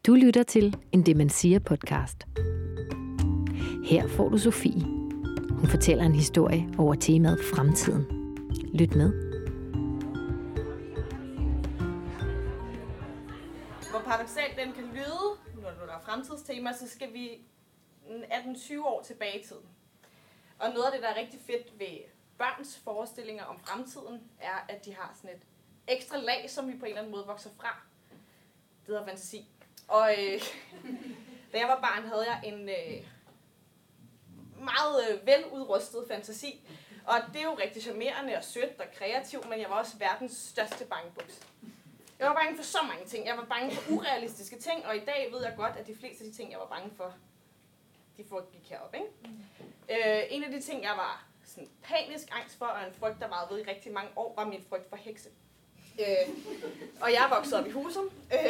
Du lytter til en Det Man Siger podcast. Her får du Sofie. Hun fortæller en historie over temaet fremtiden. Lyt med. Hvor paradoksalt den kan lyde, når der er fremtidstema, så skal vi 18-20 år tilbage i tiden. Og noget af det, der er rigtig fedt ved børns forestillinger om fremtiden, er, at de har sådan et ekstra lag, som vi på en eller anden måde vokser fra. Det hedder fantasi. Og da jeg var barn, havde jeg en meget veludrustet fantasi. Og det er jo rigtig charmerende og sødt og kreativt, men jeg var også verdens største bangebuks. Jeg var bange for så mange ting. Jeg var bange for urealistiske ting, og i dag ved jeg godt, at de fleste af de ting, jeg var bange for, de gik herop, ikke? En af de ting, jeg var sådan panisk angst for, og en frygt, der varede ved i rigtig mange år, var min frygt for hekse. Og jeg er vokset op i Husum.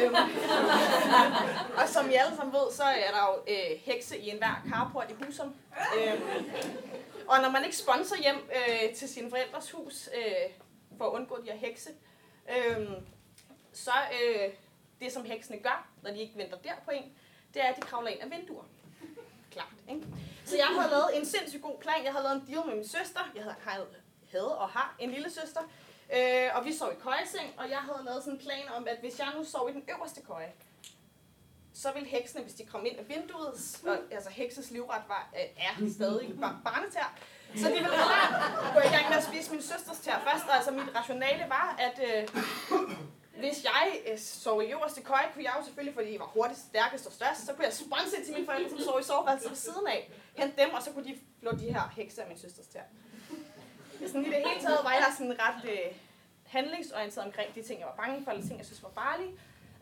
Og som I alle sammen ved, så er der jo hekse i enhver carport i Husum. Og når man ikke sponsor hjem til sine forældres hus for at undgå de her hekse, så det som heksene gør, når de ikke venter der på en, det er, at de kravler ind af vinduer. Klart, ikke? Så jeg havde lavet en sindssygt god plan. Jeg havde lavet en deal med min søster. Jeg havde og har en lille søster. Og vi sov i køjeseng, og jeg havde lavet sådan en plan om, at hvis jeg nu sov i den øverste køje, så ville heksene, hvis de kom ind af vinduet, og altså hekses livret er stadig barnetær, så de ville gå i gang med at spise min søsters tær først. Og altså mit rationale var, at hvis jeg sov i øverste køje, kunne jeg jo selvfølgelig, fordi I var hurtigst, stærkest og størst, så kunne jeg sponse til mine forældre, som sov i soveværelset ved siden af, hente dem, og så kunne de flå de her hekse af min søsters tær. Sådan i det hele taget var jeg sådan ret handlingsorienteret omkring de ting, jeg var bange for, eller ting, jeg synes var farlige.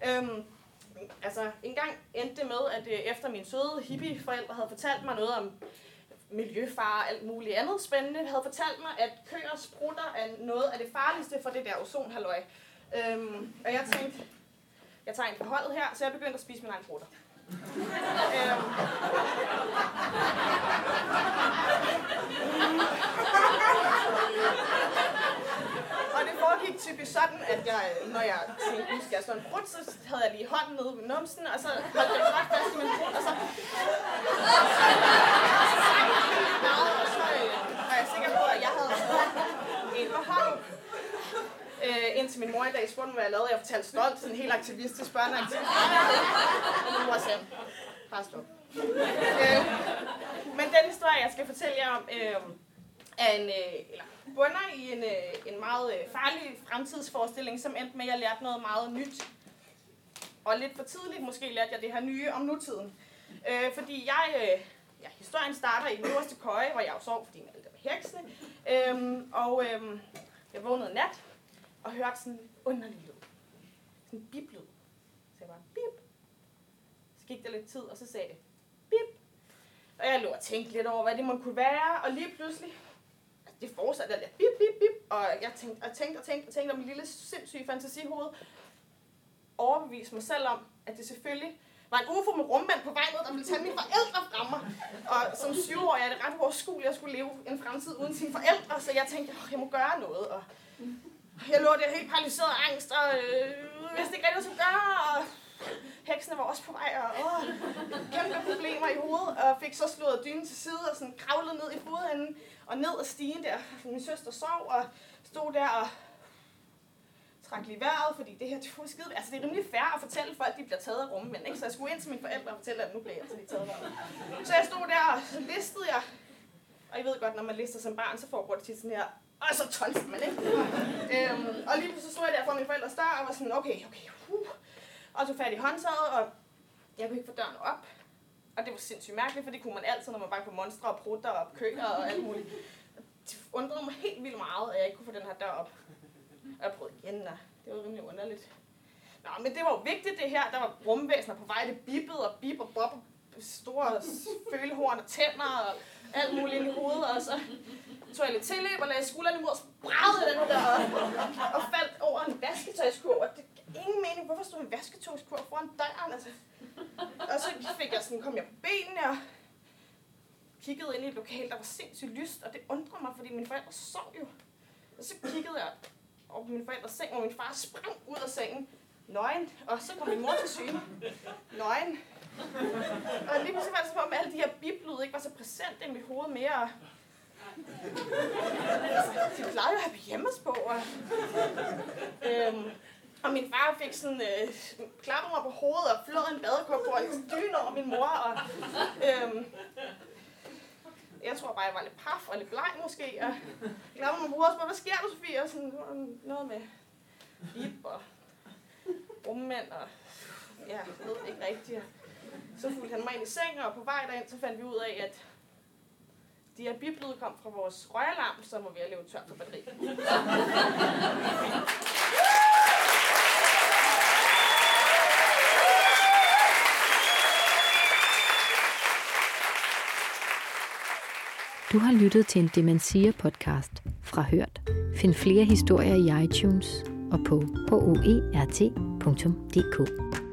En gang endte det med, at efter mine søde hippie-forældre havde fortalt mig noget om miljøfare og alt muligt andet spændende, havde fortalt mig, at køer sprutter er noget af det farligste for det der ozonhalløj. Og jeg tænkte, jeg tager en på holdet her, så jeg begyndte at spise mine egne prutter. Og det foregik typisk sådan, at når jeg tænkte, nu skal jeg slå en brud, så havde jeg lige hånden nede ved numsen, og så holdt jeg ret fast i min brud, og så var jeg sikker på, at jeg havde en på hånden. Indtil min mor i dag spurgte mig, hvad jeg lavede. Jeg fortalte stolt, sådan en helt aktivistisk børneaktivistisk. Og min mor sagde, bare stop. Men den historie, jeg skal fortælle jer om, bunder i en meget farlig fremtidsforestilling, som endte med, at jeg lærte noget meget nyt. Og lidt for tidligt måske lærte jeg det her nye om nutiden. Fordi historien starter i den øverste køje, hvor jeg jo sov, fordi alt det var heksene. Jeg vågnede nat og hørte sådan en underlig lyd. Sådan en bip-lyd. Så jeg bare, bip. Så gik der lidt tid, og så sagde det, bip. Og jeg lå og tænkte lidt over, hvad det måtte kunne være, og lige pludselig, det fortsatte der bip, bip, bip. Og jeg tænkte om min lille sindssyge fantasihoved, overbeviste mig selv om, at det selvfølgelig var en UFO med rummand på vej ned, der ville tage mine forældre fra mig. Og som 7-årig er det ret uoverskueligt, at jeg skulle leve en fremtid uden sine forældre, så jeg tænkte, jeg må gøre noget. Og jeg lå der helt paralyseret af angst, og vidste ikke rigtig, hvad jeg skulle gøre, og heksene var også på vej, og kæmpe problemer i hovedet, og fik så slået dynen til side, og sådan kravlede ned i fodenden, og ned ad stigen der. Min søster sov, og stod der og trak lige vejret, fordi det her, det var skide. Altså, det er rimelig fair at fortælle folk, at de bliver taget af rummænd, ikke? Så jeg skulle ind til mine forældre og fortælle, at nu bliver jeg altså lige taget af rummet. Så jeg stod der, og så listede jeg. Og I ved godt, når man lister som barn, så foregår det tit sådan her, og så tonser man, ikke? Og lige pludselig stod jeg der for mine forældres dør, og var sådan, okay. Og tog fat i håndtaget, og jeg kunne ikke få døren op. Og det var sindssygt mærkeligt, for det kunne man altid, når man var på monstre og prutter og køer og alt muligt. Det undrede mig helt vildt meget, at jeg ikke kunne få den her dør op. Og jeg prøvede igen, og det var rimelig underligt. Nå, men det var jo vigtigt det her. Der var rumvæsener på vej, det bippede og bip og bob, og store følehorn og tænder og alt muligt ind i hovedet. Og så tog jeg lidt tilløb og lagde skuldrene imod og spragede den der og faldt over en vasketøjskurv. Og det gav ingen mening. Hvorfor stod en vasketøjskurv foran døren? Altså? Og så kom jeg på benene og kiggede ind i et lokal, der var sindssygt lyst. Og det undrede mig, fordi mine forældre sov jo. Og så kiggede jeg over på min forældres seng, hvor min far sprang ud af sengen nøgen, og så kom min mor til syne. Nøgen. Og lige pludselig var det som om alle de her biplyde ikke var så præsente i mit hoved mere. De plejede jo at have pyjamas på. Og min far fik sådan klappet mig på hovedet og flået en badekåbe på og dyne over min mor. Og, jeg tror bare, jeg var lidt paf og lidt bleg måske. Og klappede mig på hovedet og spurgte, hvad sker der, Sofie? Og sådan noget med bip og rummænd og ja, jeg ved det ikke rigtigt. Så fulgte han mig ind i sengen, og på vej derind, så fandt vi ud af, at de her biplyde kom fra vores røgalarm, som var ved at løbe tør for batteri. Du har lyttet til en Demensia-podcast fra Hørt. Find flere historier i iTunes og på hoert.dk.